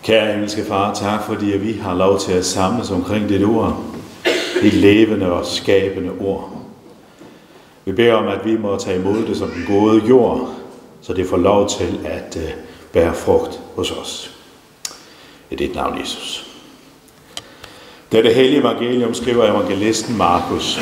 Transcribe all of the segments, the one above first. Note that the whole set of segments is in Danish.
Kære himmelske Far, tak fordi vi har lov til at samles omkring dit ord. Dit levende og skabende ord. Vi beder om, at vi må tage imod det som den gode jord, så det får lov til at bære frugt hos os. I dit navn, Jesus. Dette hellige evangelium skriver evangelisten Markus.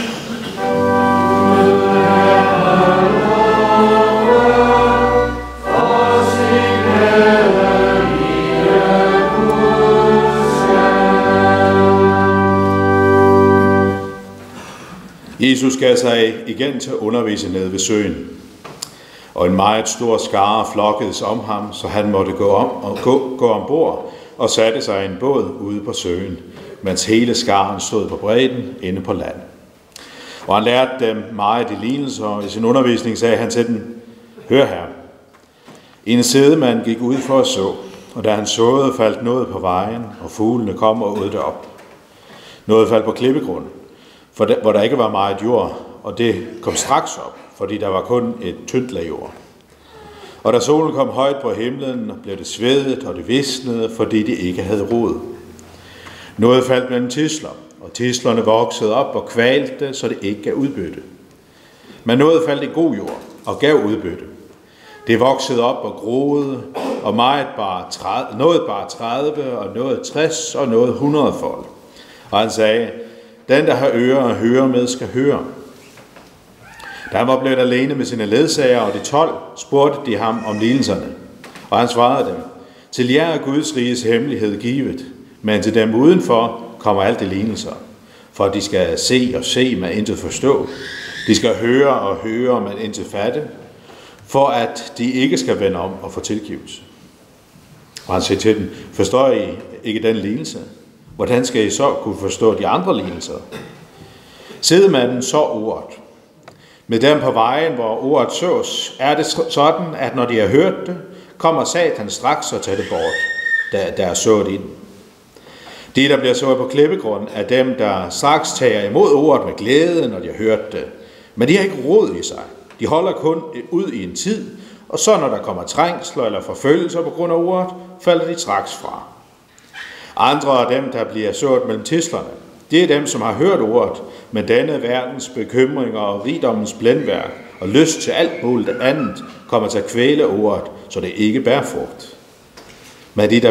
Jesus gav sig igen til at undervise nede ved søen, og en meget stor skare flokkedes om ham, så han måtte gå ombord og satte sig i en båd ude på søen, mens hele skaren stod på bredden inde på land. Og han lærte dem meget i lignelser, og i sin undervisning sagde han til dem: Hør her, en sidemand gik ud for at så, og da han såede, faldt noget på vejen, og fuglene kom og åd det op. Noget faldt på klippegrund, hvor der ikke var meget jord, og det kom straks op, fordi der var kun et tyndt lag jord. Og da solen kom højt på himlen, blev det svedet, og det visnede, fordi de ikke havde rod. Noget faldt mellem tisler, og tislerne voksede op og kvalte, så det ikke gav udbytte. Men noget faldt i god jord og gav udbytte. Det voksede op og groede, og noget bare 30, og noget 60, og noget 100-fold. Og han sagde: Den, der har ører at høre med, skal høre. Da han var blevet alene med sine ledsager og de 12, spurgte de ham om lignelserne. Og han svarede dem: Til jer er Guds riges hemmelighed givet, men til dem udenfor kommer alt det lignelser. For de skal se og se, men intet forstå. De skal høre og høre, men intet fatte. For at de ikke skal vende om og få tilgivelse. Og han siger til dem: Forstår I ikke den lignelse? Hvordan skal I så kunne forstå de andre lignelser? Sidemanden så ordet. Med dem på vejen, hvor ordet sås, er det sådan, at når de har hørt det, kommer Satan straks og tager det bort, der er sået ind. De, der bliver sået på klippegrund, er dem, der straks tager imod ordet med glæde, når de har hørt det. Men de har ikke rod i sig. De holder kun ud i en tid, og så når der kommer trængsler eller forfølgelser på grund af ordet, falder de straks fra. Andre af dem, der bliver sået mellem tislerne, det er dem, som har hørt ordet, men denne verdens bekymringer og rigdommens blændværk og lyst til alt muligt andet kommer til at kvæle ordet, så det ikke bærer frugt. Men de,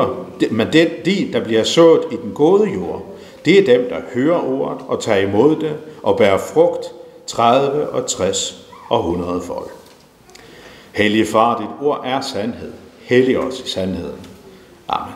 der bliver sået i den gode jord, det er dem, der hører ordet og tager imod det og bærer frugt 30 og 60 og 100 fold. Hellige Far, dit ord er sandhed. Hellig os i sandheden. Amen.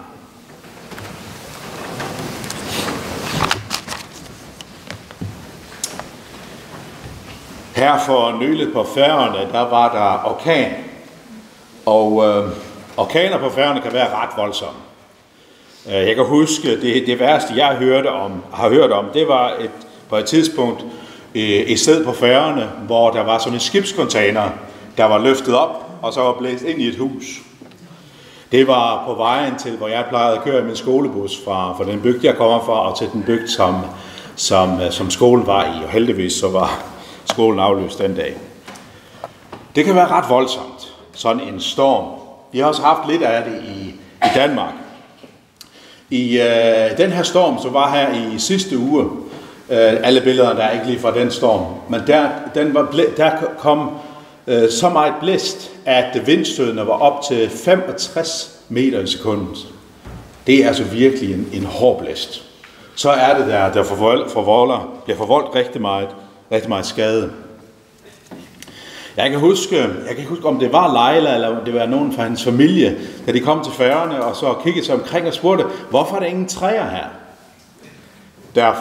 Her for nyligt på Færøerne, der var der orkan. Og orkaner på Færøerne kan være ret voldsomme. Jeg kan huske, det værste jeg har hørt om, det var på et tidspunkt et sted på Færøerne, hvor der var sådan en skibscontainer, der var løftet op, og så var blæst ind i et hus. Det var på vejen til, hvor jeg plejede at køre min skolebus fra den bygd, jeg kommer fra, og til den bygd, som skolen var i, og heldigvis så var skolen afløst den dag. Det kan være ret voldsomt, sådan en storm. Vi har også haft lidt af det i Danmark. I den her storm, så var her i sidste uge, alle billederne der er ikke lige fra den storm, men der kom så meget blæst, at vindstødene var op til 65 meter i sekundet. Det er altså virkelig en hård blæst. Så er det der bliver forvoldt rigtig meget skade. Jeg kan huske, om det var Leila, eller om det var nogen fra hendes familie, da de kom til Færøerne, og så kiggede sig omkring og spurgte, hvorfor er der ingen træer her? Derfor.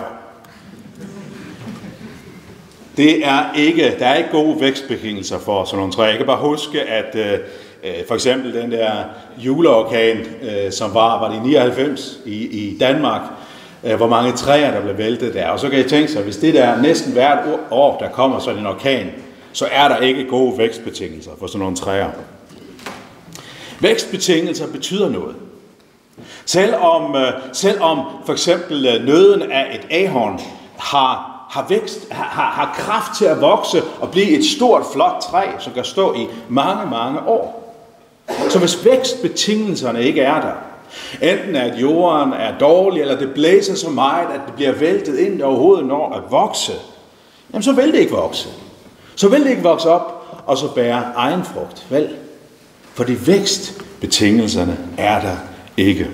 Der er ikke gode vækstbetingelser for sådan nogle træer. Jeg kan bare huske, at for eksempel den der juleorkan, som var det i 99 i Danmark, hvor mange træer, der blev væltet der. Og så kan I tænke sig, hvis det der næsten hvert år, der kommer sådan en orkan, så er der ikke gode vækstbetingelser for sådan nogle træer. Vækstbetingelser betyder noget. Selvom for eksempel nøden af et ahorn har kraft til at vokse og blive et stort, flot træ, som kan stå i mange, mange år. Så hvis vækstbetingelserne ikke er der, Enten at jorden er dårlig, eller det blæser så meget, at det bliver væltet ind, og overhovedet når at vokse, jamen så vil det ikke vokse. Så vil det ikke vokse op, og så bære egen frugt. Vel? Fordi vækstbetingelserne er der ikke.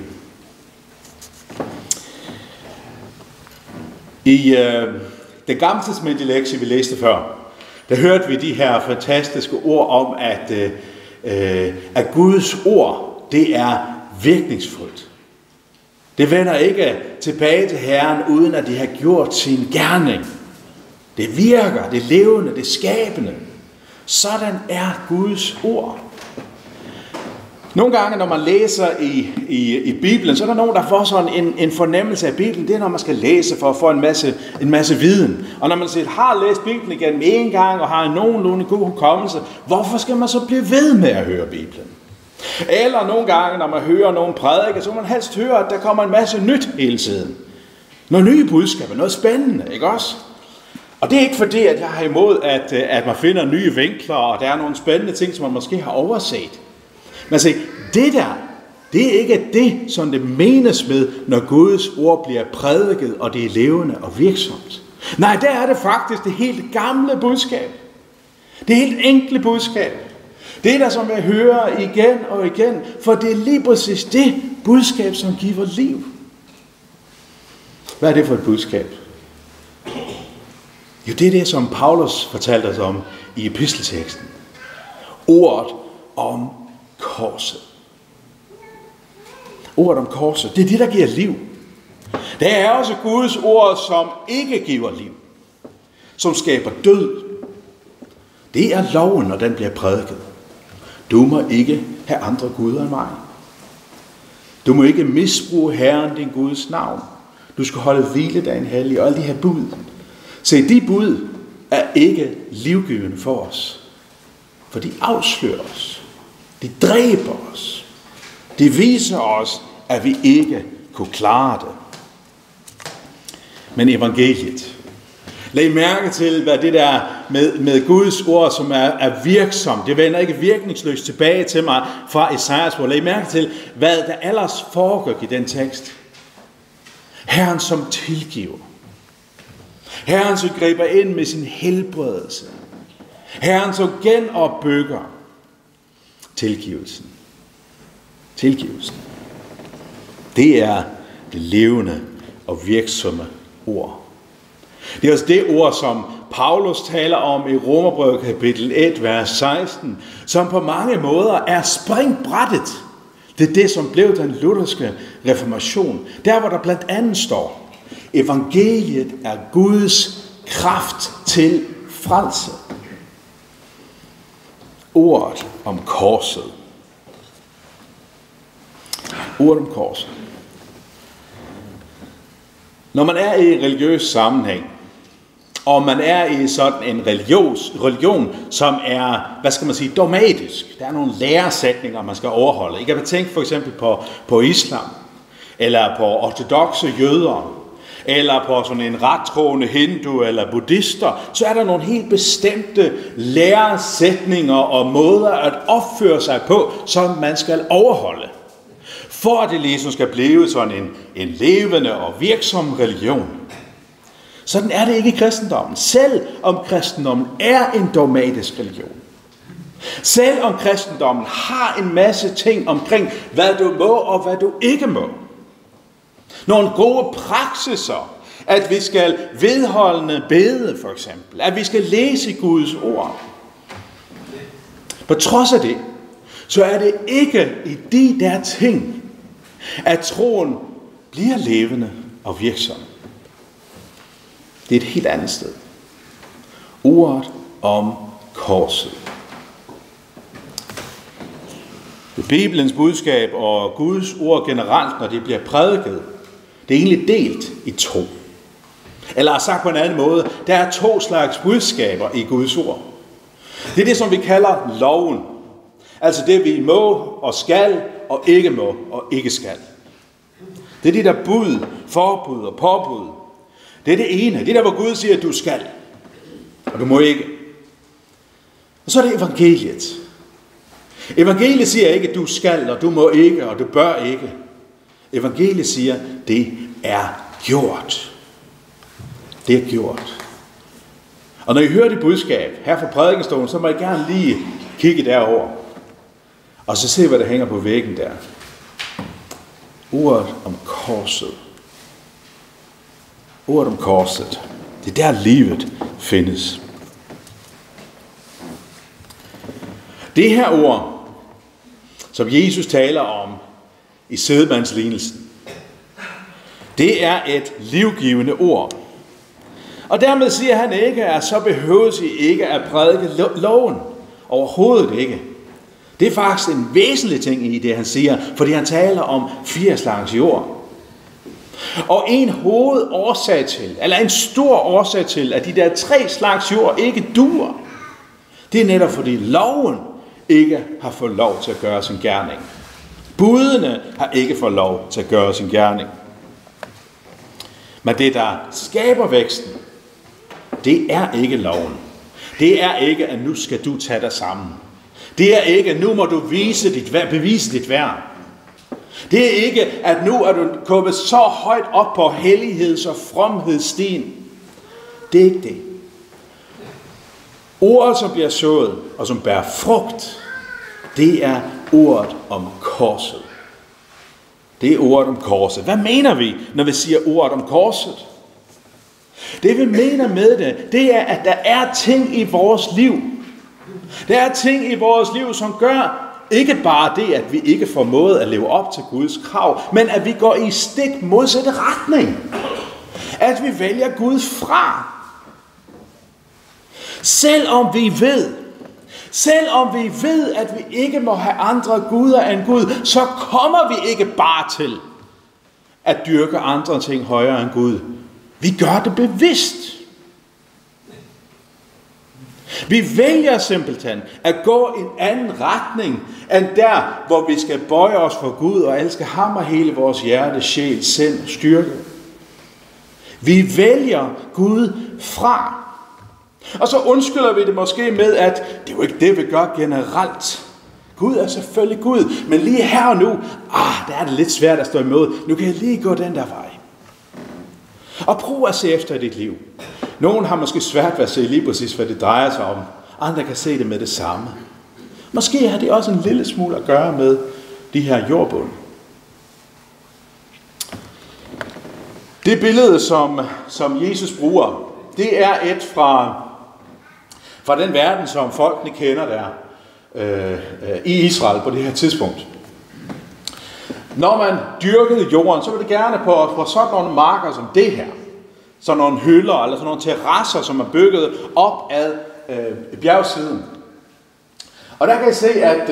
I den gamle testamentlige lektie, vi læste før, der hørte vi de her fantastiske ord om, at Guds ord, det er virkningsfuldt. Det vender ikke tilbage til Herren, uden at de har gjort sin gerning. Det virker, det er levende, det er skabende. Sådan er Guds ord. Nogle gange, når man læser i Bibelen, så er der nogen, der får sådan en fornemmelse af Bibelen. Det er, når man skal læse for at få en masse viden. Og når man har læst Bibelen igen en gang og har en nogenlunde god hukommelse, hvorfor skal man så blive ved med at høre Bibelen? Eller nogle gange, når man hører nogen prædiker, så må man helst høre, at der kommer en masse nyt hele tiden. Nogle nye budskaber, noget spændende, ikke også? Og det er ikke fordi, at jeg har imod, at man finder nye vinkler, og der er nogle spændende ting, som man måske har overset. Men se, det der, det er ikke det, som det menes med, når Guds ord bliver prædiket, og det er levende og virksomt. Nej, der er det faktisk det helt gamle budskab. Det helt enkle budskab. Det er der, som jeg hører igen og igen, for det er lige præcis det budskab, som giver liv. Hvad er det for et budskab? Jo, det er det, som Paulus fortalte os om i epistelteksten. Ordet om korset. Ordet om korset, det er det, der giver liv. Der er også Guds ord, som ikke giver liv. Som skaber død. Det er loven, når den bliver prædiket. Du må ikke have andre guder end mig. Du må ikke misbruge Herren, din Guds navn. Du skal holde hviledagen hellig og alle de her bud. Se, de bud er ikke livgivende for os. For de afslører os. De dræber os. De viser os, at vi ikke kunne klare det. Men evangeliet. Læg mærke til, hvad det der med Guds ord, som er virksomt. Det vender ikke virkningsløst tilbage til mig fra Esajas ord. Læg mærke til, hvad der ellers foregik i den tekst. Herren som tilgiver. Herren som griber ind med sin helbredelse. Herren som genopbygger. Tilgivelsen. Tilgivelsen. Det er det levende og virksomme ord. Det er også det ord, som Paulus taler om i Romerbrevet kapitel 1, vers 16, som på mange måder er springbrættet. Det er det, som blev den lutherske reformation. Der, hvor der blandt andet står, evangeliet er Guds kraft til frelse. Ordet om korset. Ordet om korset. Når man er i religiøs sammenhæng, og man er i sådan en religion, som er, dogmatisk. Der er nogle læresætninger, man skal overholde. I kan tænke for eksempel på islam, eller på ortodokse jøder, eller på sådan en rettroende hindu eller buddhister, så er der nogle helt bestemte læresætninger og måder at opføre sig på, som man skal overholde. For at det ligesom skal blive sådan en levende og virksom religion. Sådan er det ikke i kristendommen. Selv om kristendommen er en dogmatisk religion. Selv om kristendommen har en masse ting omkring, hvad du må og hvad du ikke må. Nogle gode praksiser. At vi skal vedholdende bede, for eksempel. At vi skal læse Guds ord. På trods af det, så er det ikke i de der ting, at troen bliver levende og virksom. Det er et helt andet sted. Ordet om korset. Bibelens budskab og Guds ord generelt, når det bliver prædiket, det er egentlig delt i to. Eller sagt på en anden måde, der er to slags budskaber i Guds ord. Det er det, som vi kalder loven. Altså det, vi må og skal og ikke må og ikke skal. Det er de der bud, forbud og påbud. Det er det ene. Det er der, hvor Gud siger, at du skal. Og du må ikke. Og så er det evangeliet. Evangeliet siger ikke, at du skal, og du må ikke, og du bør ikke. Evangeliet siger, det er gjort. Det er gjort. Og når I hører det budskab her fra prædikestolen, så må I gerne lige kigge derover. Og så se, hvad der hænger på væggen der. Ordet om korset. Ordet om korset. Det er der livet findes. Det her ord, som Jesus taler om i sædemandslignelsen, det er et livgivende ord. Og dermed siger han ikke, at så behøves I ikke at prædike loven. Overhovedet ikke. Det er faktisk en væsentlig ting i det, han siger, fordi han taler om 4 slags jord. Og en hovedårsag til, eller en stor årsag til, at de der 3 slags jord ikke duer, det er netop fordi loven ikke har fået lov til at gøre sin gerning. Budene har ikke fået lov til at gøre sin gerning. Men det, der skaber væksten, det er ikke loven. Det er ikke, at nu skal du tage dig sammen. Det er ikke, at nu må du bevise dit værd. Det er ikke, at nu er du kommet så højt op på helligheds- og fromhedsstien. Det er ikke det. Ordet, som bliver sået og som bærer frugt, det er ordet om korset. Det er ordet om korset. Hvad mener vi, når vi siger ordet om korset? Det vi mener med det er, at der er ting i vores liv. Der er ting i vores liv, som gør ikke bare det, at vi ikke formået at leve op til Guds krav, men at vi går i stik modsatte retning. At vi vælger Gud fra. Selvom vi ved, at vi ikke må have andre guder end Gud, så kommer vi ikke bare til at dyrke andre ting højere end Gud. Vi gør det bevidst. Vi vælger simpelthen at gå i en anden retning, end der, hvor vi skal bøje os for Gud og elske ham og hele vores hjerte, sjæl, sind og styrke. Vi vælger Gud fra. Og så undskylder vi det måske med, at det er jo ikke det, vi gør generelt. Gud er selvfølgelig Gud, men lige her og nu, der er det lidt svært at stå imod. Nu kan jeg lige gå den der vej. Og prøv at se efter dit liv. Nogen har måske svært ved at se lige præcis, hvad det drejer sig om. Andre kan se det med det samme. Måske har det også en lille smule at gøre med de her jordbund. Det billede, som Jesus bruger, det er et fra den verden, som folkene kender der i Israel på det her tidspunkt. Når man dyrkede jorden, så var det gerne på sådan nogle marker som det her. Sådan nogle hylder eller sådan nogle terrasser, som er bygget op ad bjergsiden. Og der kan I se,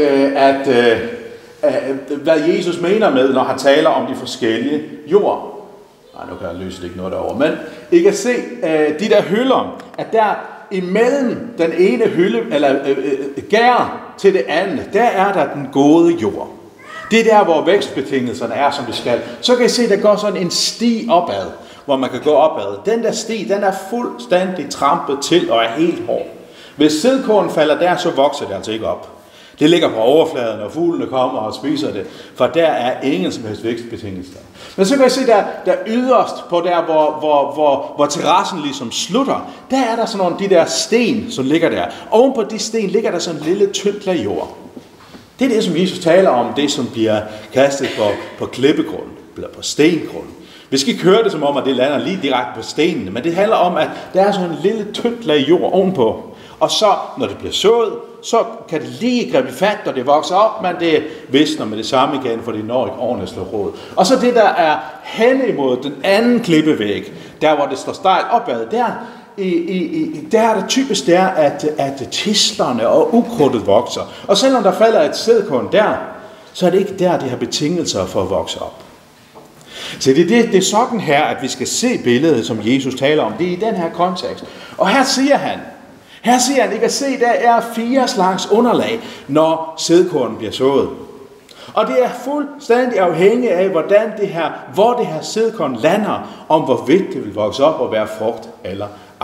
hvad Jesus mener med, når han taler om de forskellige jord. Nu kan jeg løse det ikke noget derovre. Men I kan se de der hylder, at der imellem den ene hylde, eller gær til det andet, der er der den gode jord. Det er der, hvor vækstbetingelserne er, som de skal. Så kan I se, der går sådan en sti opad, hvor man kan gå opad. Den der sti, den er fuldstændig trampet til og er helt hård. Hvis sædkorn falder der, så vokser det altså ikke op. Det ligger på overfladen, og fuglene kommer og spiser det, for der er ingen som helst vækstbetingelser. Men så kan I se, der yderst på der, hvor terrassen ligesom slutter, der er der sådan nogle de der sten, som ligger der. Oven på de sten ligger der sådan en lille tyndt lag jord. Det er det, som Jesus taler om, det som bliver kastet på klippegrund, eller på stengrund. Vi skal ikke høre det som om, at det lander lige direkte på stenene, men det handler om, at der er sådan en lille tyndt lag jord ovenpå. Og så, når det bliver sået, så kan det lige gribe fat, når det vokser op, men det visner med det samme igen, for det når ikke ordentligt slå rod. Og så det, der er hen imod den anden klippevæg, der hvor det står stejlt opad, der er det typisk der, at tislerne og ukrudtet vokser. Og selvom der falder et sædkorn der, så er det ikke der, de har betingelser for at vokse op. Så det er sådan her, at vi skal se billedet, som Jesus taler om. Det er i den her kontekst. Og her siger han, I kan se, der er 4 slags underlag, når sædkornen bliver sået. Og det er fuldstændig afhængigt af, hvor det her sædkorn lander, om hvorvidt det vil vokse op og være frugt eller ej.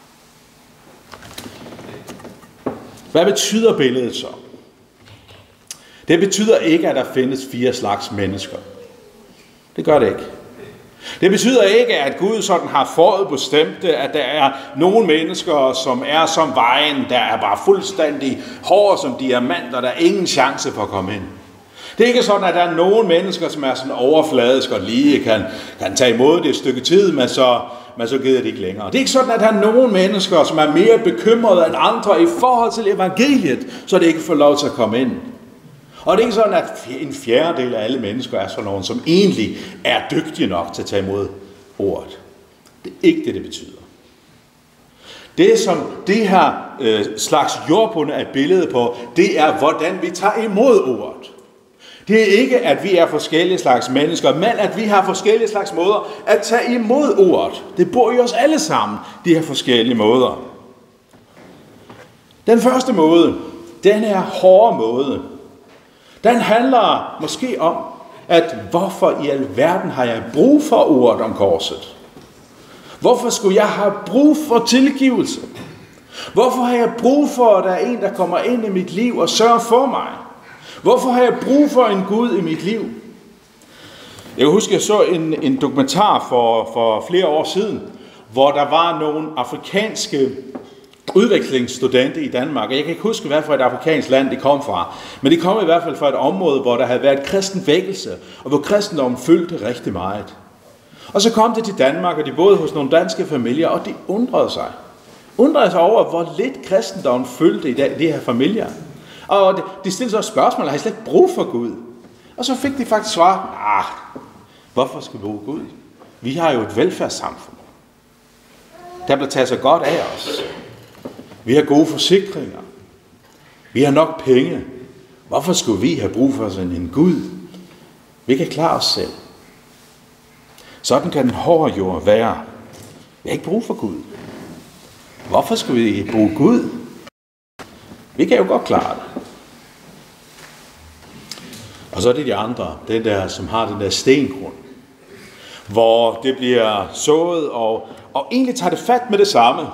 Hvad betyder billedet så? Det betyder ikke, at der findes 4 slags mennesker. Det gør det ikke. Det betyder ikke, at Gud sådan har forudbestemt, at der er nogle mennesker, som er som vejen, der er bare fuldstændig hårde som diamanter, der er ingen chance for at komme ind. Det er ikke sådan, at der er nogle mennesker, som er sådan overfladisk og lige kan tage imod det et stykke tid, men så gider det ikke længere. Det er ikke sådan, at der er nogle mennesker, som er mere bekymrede end andre i forhold til evangeliet, så det ikke får lov til at komme ind. Og det er ikke sådan, at en fjerdedel af alle mennesker er sådan nogen, som egentlig er dygtige nok til at tage imod ordet. Det er ikke det, det betyder. Det, som det her slags jordbunde er et billede på, det er, hvordan vi tager imod ordet. Det er ikke, at vi er forskellige slags mennesker, men at vi har forskellige slags måder at tage imod ordet. Det bor i os alle sammen, de her forskellige måder. Den første måde, den er hårde måde. Den handler måske om, at hvorfor i alverden har jeg brug for ordet om korset? Hvorfor skulle jeg have brug for tilgivelse? Hvorfor har jeg brug for, at der er en, der kommer ind i mit liv og sørger for mig? Hvorfor har jeg brug for en Gud i mit liv? Jeg kan huske, jeg så en dokumentar for flere år siden, hvor der var nogle afrikanske udvekslingsstudenter i Danmark. Jeg kan ikke huske, hvad for et afrikansk land de kom fra, men de kom i hvert fald fra et område, hvor der havde været kristen vækkelse, og hvor kristendommen fyldte rigtig meget. Og så kom de til Danmark, og de boede hos nogle danske familier, og de undrede sig over, hvor lidt kristendommen fyldte i de her familier. Og de stillede så spørgsmål, har I slet ikke brug for Gud? Og så fik de faktisk svar, hvorfor skal vi bruge Gud? Vi har jo et velfærdssamfund. Der bliver taget så godt af os. Vi har gode forsikringer. Vi har nok penge. Hvorfor skulle vi have brug for sådan en Gud? Vi kan klare os selv. Sådan kan den hårde jord være. Vi har ikke brug for Gud. Hvorfor skal vi bruge Gud? Vi kan jo godt klare det. Og så er det de andre, det der, som har den der stengrund, hvor det bliver sået, og egentlig tager det fat med det samme.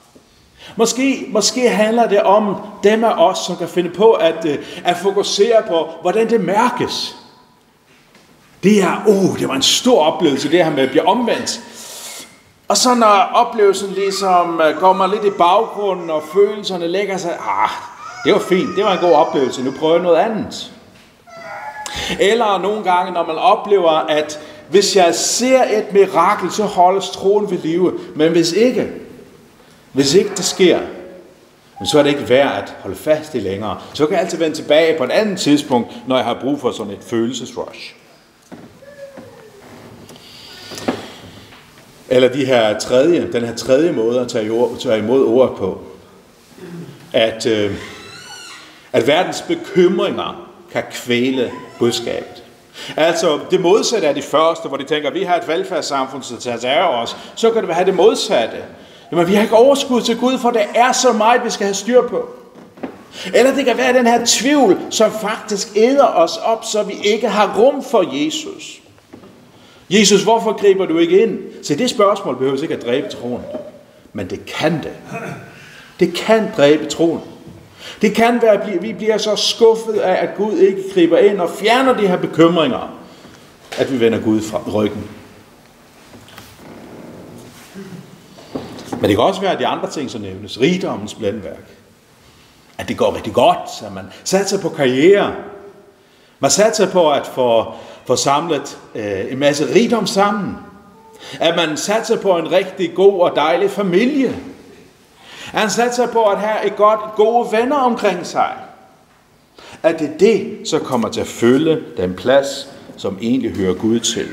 Måske handler det om dem af os, som kan finde på at fokusere på, hvordan det mærkes. Det var en stor oplevelse, det her med at blive omvendt. Og så når oplevelsen ligesom kommer lidt i baggrunden, og følelserne lægger sig, det var fint, det var en god oplevelse, nu prøver jeg noget andet. Eller nogle gange, når man oplever, at hvis jeg ser et mirakel, så holdes troen ved live. Men hvis ikke det sker, så er det ikke værd at holde fast i længere. Så kan jeg altid vende tilbage på et andet tidspunkt, når jeg har brug for sådan et følelsesrush. Eller den her tredje måde at tage imod ordet på. At verdens bekymringer kan kvæle budskabet. Altså det modsatte af de første, hvor de tænker, at vi har et velfærdssamfund, så tager sig af os. Så kan det have det modsatte. Jamen vi har ikke overskud til Gud, for det er så meget, vi skal have styr på. Eller det kan være den her tvivl, som faktisk æder os op, så vi ikke har rum for Jesus. Jesus, hvorfor griber du ikke ind? Så det spørgsmål behøver ikke at dræbe troen. Men det kan det. Det kan dræbe troen. Det kan være, at vi bliver så skuffet af, at Gud ikke griber ind og fjerner de her bekymringer, at vi vender Gud fra ryggen. Men det kan også være, at de andre ting, som nævnes, rigdommens blændværk, at det går rigtig godt, at man satser på karriere. Man satser på at få samlet en masse rigdom sammen. At man satser på en rigtig god og dejlig familie. At man satser på at have gode venner omkring sig. At det så kommer til at fylde den plads, som egentlig hører Gud til.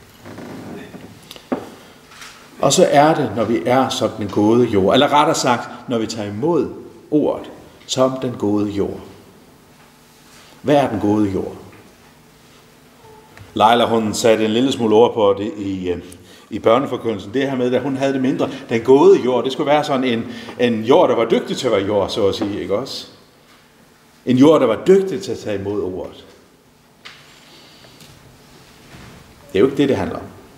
Og så er det, når vi er som den gode jord, eller rettere sagt, når vi tager imod ordet som den gode jord. Hvad er den gode jord? Leila, hun satte en lille smule ord på det i børneforkyndelsen. Det her med, at hun havde det mindre. Den gode jord, det skulle være sådan en jord, der var dygtig til at være jord, så at sige, ikke også? En jord, der var dygtig til at tage imod ordet. Det er jo ikke det handler om.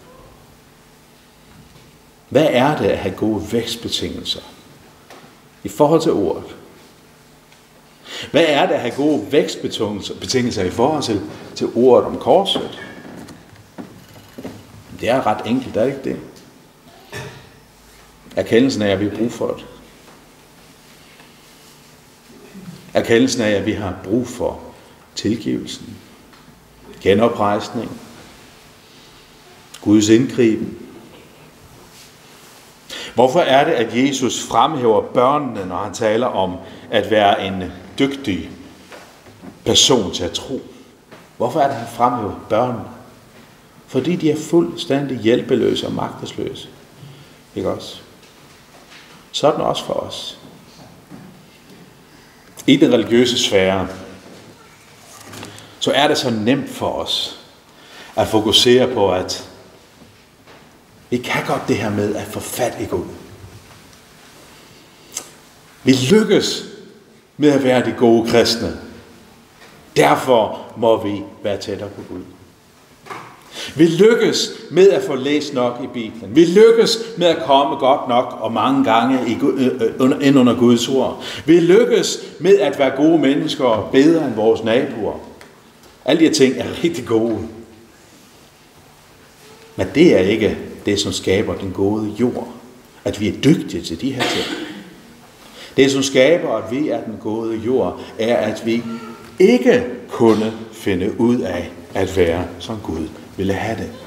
Hvad er det at have gode vækstbetingelser i forhold til ordet? Hvad er det at have gode vækstbetingelser i forhold til ordet om korset? Det er ret enkelt, er det ikke det? Erkendelsen af, at vi har brug for det. Erkendelsen af, at vi har brug for tilgivelsen, genoprejsning, Guds indgriben. Hvorfor er det, at Jesus fremhæver børnene, når han taler om at være en dygtig person til at tro? Hvorfor er det, at han fremhæver børnene? Fordi de er fuldstændig hjælpeløse og magtesløse. Ikke også? Sådan også for os. I den religiøse sfære, så er det så nemt for os at fokusere på, at vi kan godt det her med at få fat i Gud. Vi lykkes med at være de gode kristne. Derfor må vi være tættere på Gud. Vi lykkes med at få læst nok i Bibelen. Vi lykkes med at komme godt nok og mange gange ind under Guds ord. Vi lykkes med at være gode mennesker bedre end vores naboer. Alle de her ting er rigtig gode. Men det er ikke det, som skaber den gode jord. At vi er dygtige til de her ting. Det, som skaber, at vi er den gode jord, er, at vi ikke kunne finde ud af at være som Gud ville have det.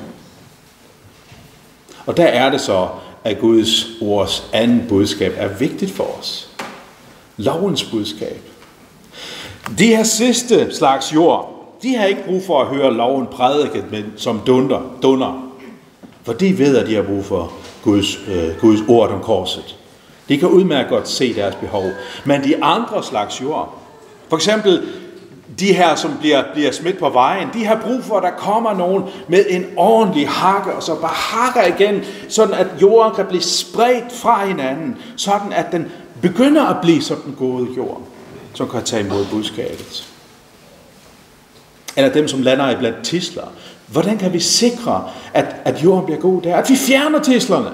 Og der er det så, at Guds ords anden budskab er vigtigt for os. Lovens budskab. De her sidste slags jord, de har ikke brug for at høre loven prædiket, men som dunder. For de ved, at de har brug for Guds ord om korset. De kan udmærket godt se deres behov. Men de andre slags jord, for eksempel de her, som bliver smidt på vejen, de har brug for, at der kommer nogen med en ordentlig hakke, og så bare hakker igen, sådan at jorden kan blive spredt fra hinanden, sådan at den begynder at blive som den gode jord, som kan tage imod budskabet. Eller dem, som lander i blandt tidsler. Hvordan kan vi sikre, at jorden bliver god der? At vi fjerner tidslerne.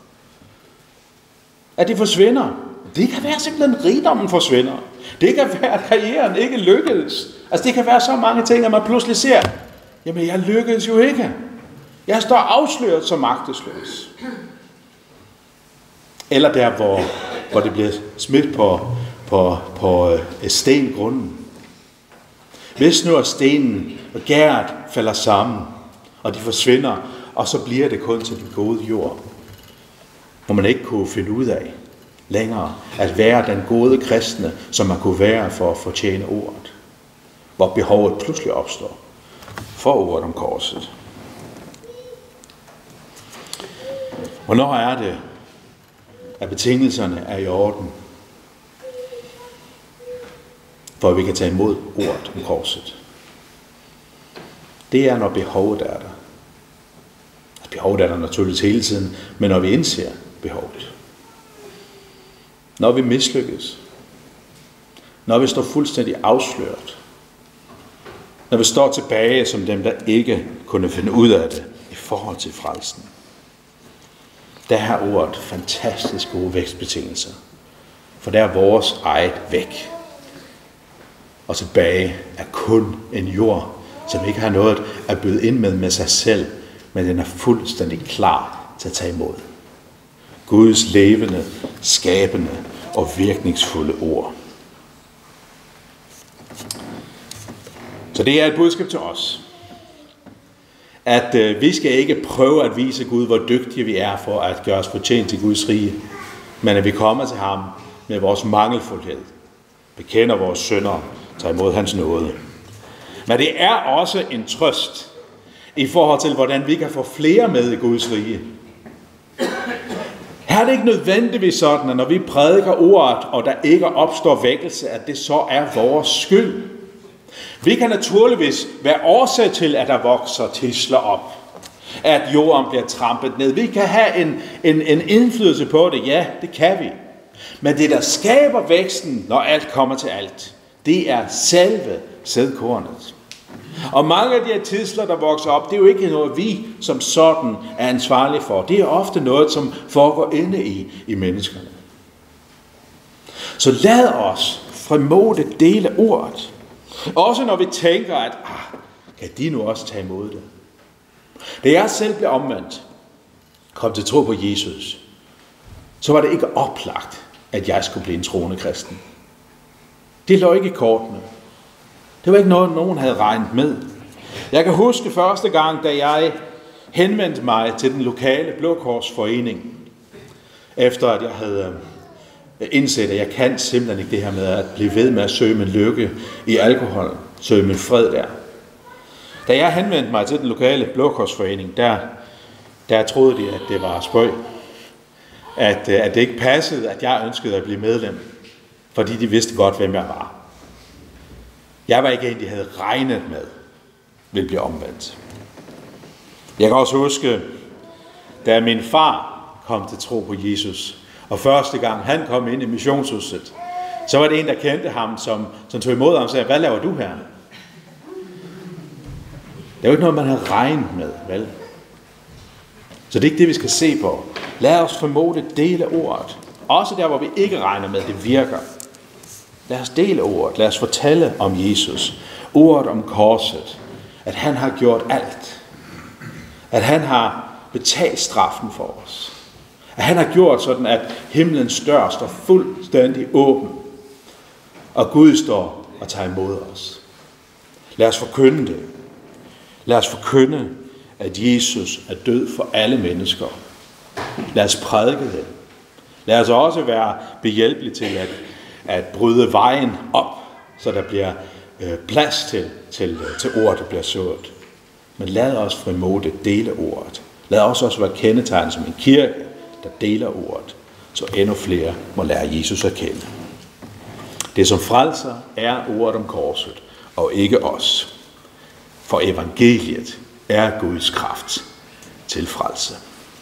At de forsvinder. Det kan være simpelthen rigdommen forsvinder. Det kan være, at karrieren ikke lykkedes. Altså det kan være så mange ting, at man pludselig ser, jamen jeg lykkedes jo ikke. Jeg står afsløret som magtesløs. Eller der, hvor det bliver smidt på stengrunden. Hvis nu er stenen og gæret falder sammen, og de forsvinder, og så bliver det kun til den gode jord, hvor man ikke kunne finde ud af længere at være den gode kristne, som man kunne være for at fortjene ordet. Hvor behovet pludselig opstår for ordet om korset. Hvornår er det, at betingelserne er i orden, for at vi kan tage imod ordet om korset? Det er, når behovet er der. Behovet er der naturligvis hele tiden, men når vi indser behovet. Når vi mislykkes. Når vi står fuldstændig afsløret. Når vi står tilbage som dem, der ikke kunne finde ud af det i forhold til frelsen. Der har ordet fantastisk gode vækstbetingelser. For der er vores eget væk. Og tilbage er kun en jord, som ikke har noget at byde ind med sig selv, men den er fuldstændig klar til at tage imod. Guds levende, skabende og virkningsfulde ord. Så det er et budskab til os. At vi skal ikke prøve at vise Gud, hvor dygtige vi er for at gøre os fortjent til Guds rige, men at vi kommer til ham med vores mangelfuldhed, bekender vores synder, tager imod hans nåde. Men det er også en trøst i forhold til, hvordan vi kan få flere med i Guds rige. Her er det ikke nødvendigvis sådan, at når vi prædiker ordet, og der ikke opstår vækkelse, at det så er vores skyld. Vi kan naturligvis være årsag til, at der vokser tidsler op. At jorden bliver trampet ned. Vi kan have en indflydelse på det. Ja, det kan vi. Men det, der skaber væksten, når alt kommer til alt, det er selve sædkornet. Og mange af de her tidsler, der vokser op, det er jo ikke noget, vi som sådan er ansvarlige for. Det er ofte noget, som foregår inde i menneskerne. Så lad os frimodigt dele ordet. Også når vi tænker, at kan de nu også tage imod det? Da jeg selv blev omvendt, kom til tro på Jesus, så var det ikke oplagt, at jeg skulle blive en troende kristen. Det lå ikke i kortene. Det var ikke noget, nogen havde regnet med. Jeg kan huske første gang, da jeg henvendte mig til den lokale Blå Korsforening, efter at jeg havde indset, at jeg kan simpelthen ikke det her med at blive ved med at søge min lykke i alkohol, søge min fred der. Da jeg henvendte mig til den lokale Blå Korsforening, der troede de, at det var spøg. At det ikke passede, at jeg ønskede at blive medlem, fordi de vidste godt, hvem jeg var. Jeg var ikke en, de havde regnet med, ville blive omvendt. Jeg kan også huske, da min far kom til tro på Jesus, og første gang han kom ind i missionshuset, så var det en, der kendte ham, som tog imod ham og sagde, hvad laver du her? Det er jo ikke noget, man har regnet med, vel? Så det er ikke det, vi skal se på. Lad os formode dele ordet. Også der, hvor vi ikke regner med, det virker. Lad os dele ordet. Lad os fortælle om Jesus. Ordet om korset. At han har gjort alt. At han har betalt straffen for os. At han har gjort sådan, at himlens dør står fuldstændig åben. Og Gud står og tager imod os. Lad os forkynde det. Lad os forkynde, at Jesus er død for alle mennesker. Lad os prædike det. Lad os også være behjælpelige til at bryde vejen op, så der bliver plads til ordet, der bliver sået. Men lad os frimodigt dele ordet. Lad os også være kendetegnet som en kirke, der deler ordet, så endnu flere må lære Jesus at kende. Det som frelser er ordet om korset, og ikke os. For evangeliet er Guds kraft til frelse.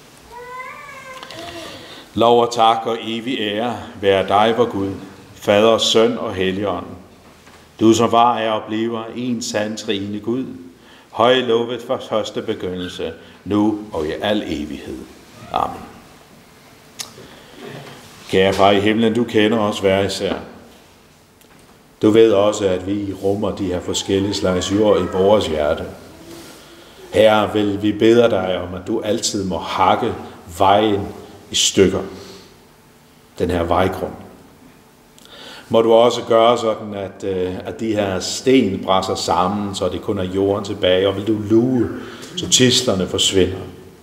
Lov og tak og evig ære være dig, vor Gud, Fader, Søn og Helligånd. Du som var, er og bliver en sand treenig Gud, højlovet fra første begyndelse, nu og i al evighed. Amen. Kære far i himlen, du kender os hver især. Du ved også, at vi rummer de her forskellige slags jord i vores hjerte. Herre, vil vi beder dig om, at du altid må hakke vejen i stykker. Den her vejgrund. Må du også gøre sådan, at de her sten brænder sammen, så det kun er jorden tilbage, og vil du luge, så tidslerne forsvinder.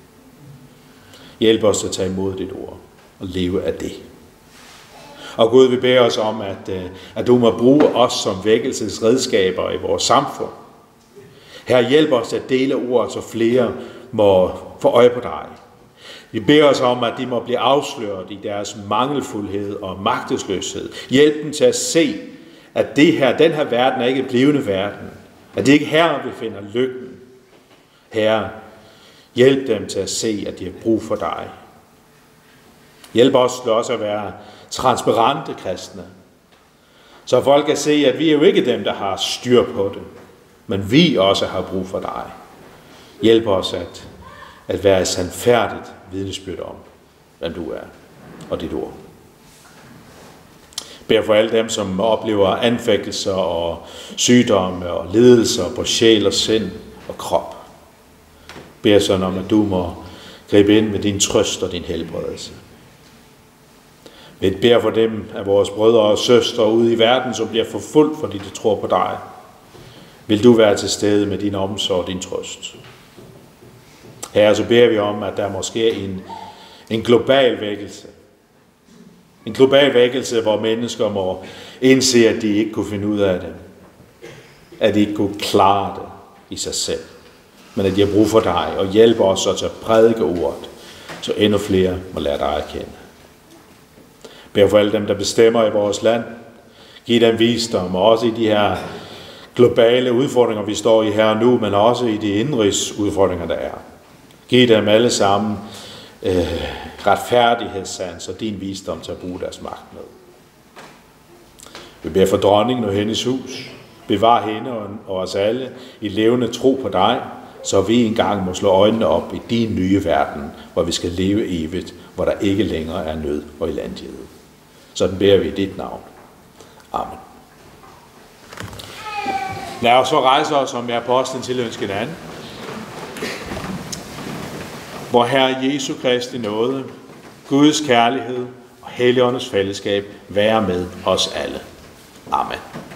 Hjælp os at tage imod dit ord og leve af det. Og Gud, vi beder os om, at du må bruge os som vækkelsesredskaber i vores samfund. Herre, hjælp os at dele ordet, så flere må få øje på dig. Vi beder os om, at de må blive afsløret i deres mangelfuldhed og magtesløshed. Hjælp dem til at se, at den her verden er ikke en blivende verden. At det ikke er her, vi finder lykken. Herre, hjælp dem til at se, at de har brug for dig. Hjælp os til også at være transparente kristne. Så folk kan se, at vi er jo ikke dem, der har styr på det. Men vi også har brug for dig. Hjælp os at være et sandfærdigt vidnesbyrd om, hvem du er og dit ord. Bær for alle dem, som oplever anfægtelser og sygdomme og lidelser på sjæl og sind og krop. Bær sådan om, at du må gribe ind med din trøst og din helbredelse. Vi beder for dem af vores brødre og søstre ude i verden, som bliver forfulgt, fordi de tror på dig. Vil du være til stede med din omsorg og din trøst. Herre, så beder vi om, at der måske er en global vækkelse. En global vækkelse, hvor mennesker må indse, at de ikke kunne finde ud af det. At de ikke kunne klare det i sig selv. Men at de har brug for dig og hjælper os så til at prædike ordet, så endnu flere må lære dig at kende. Bær for alle dem, der bestemmer i vores land. Giv dem visdom, og også i de her globale udfordringer, vi står i her og nu, men også i de indrigs udfordringer, der er. Giv dem alle sammen retfærdighedssans og din visdom til at bruge deres magt med. Vi beder for dronningen og hendes hus. Bevar hende og os alle i levende tro på dig, så vi engang må slå øjnene op i din nye verden, hvor vi skal leve evigt, hvor der ikke længere er nød og elendighed. Sådan beder vi i dit navn. Amen. Lad os så rejse os, som jeg apostlen tilønsker hinanden. Vor Herre Jesu Kristi nåde, Guds kærlighed og Helligåndens fællesskab være med os alle. Amen.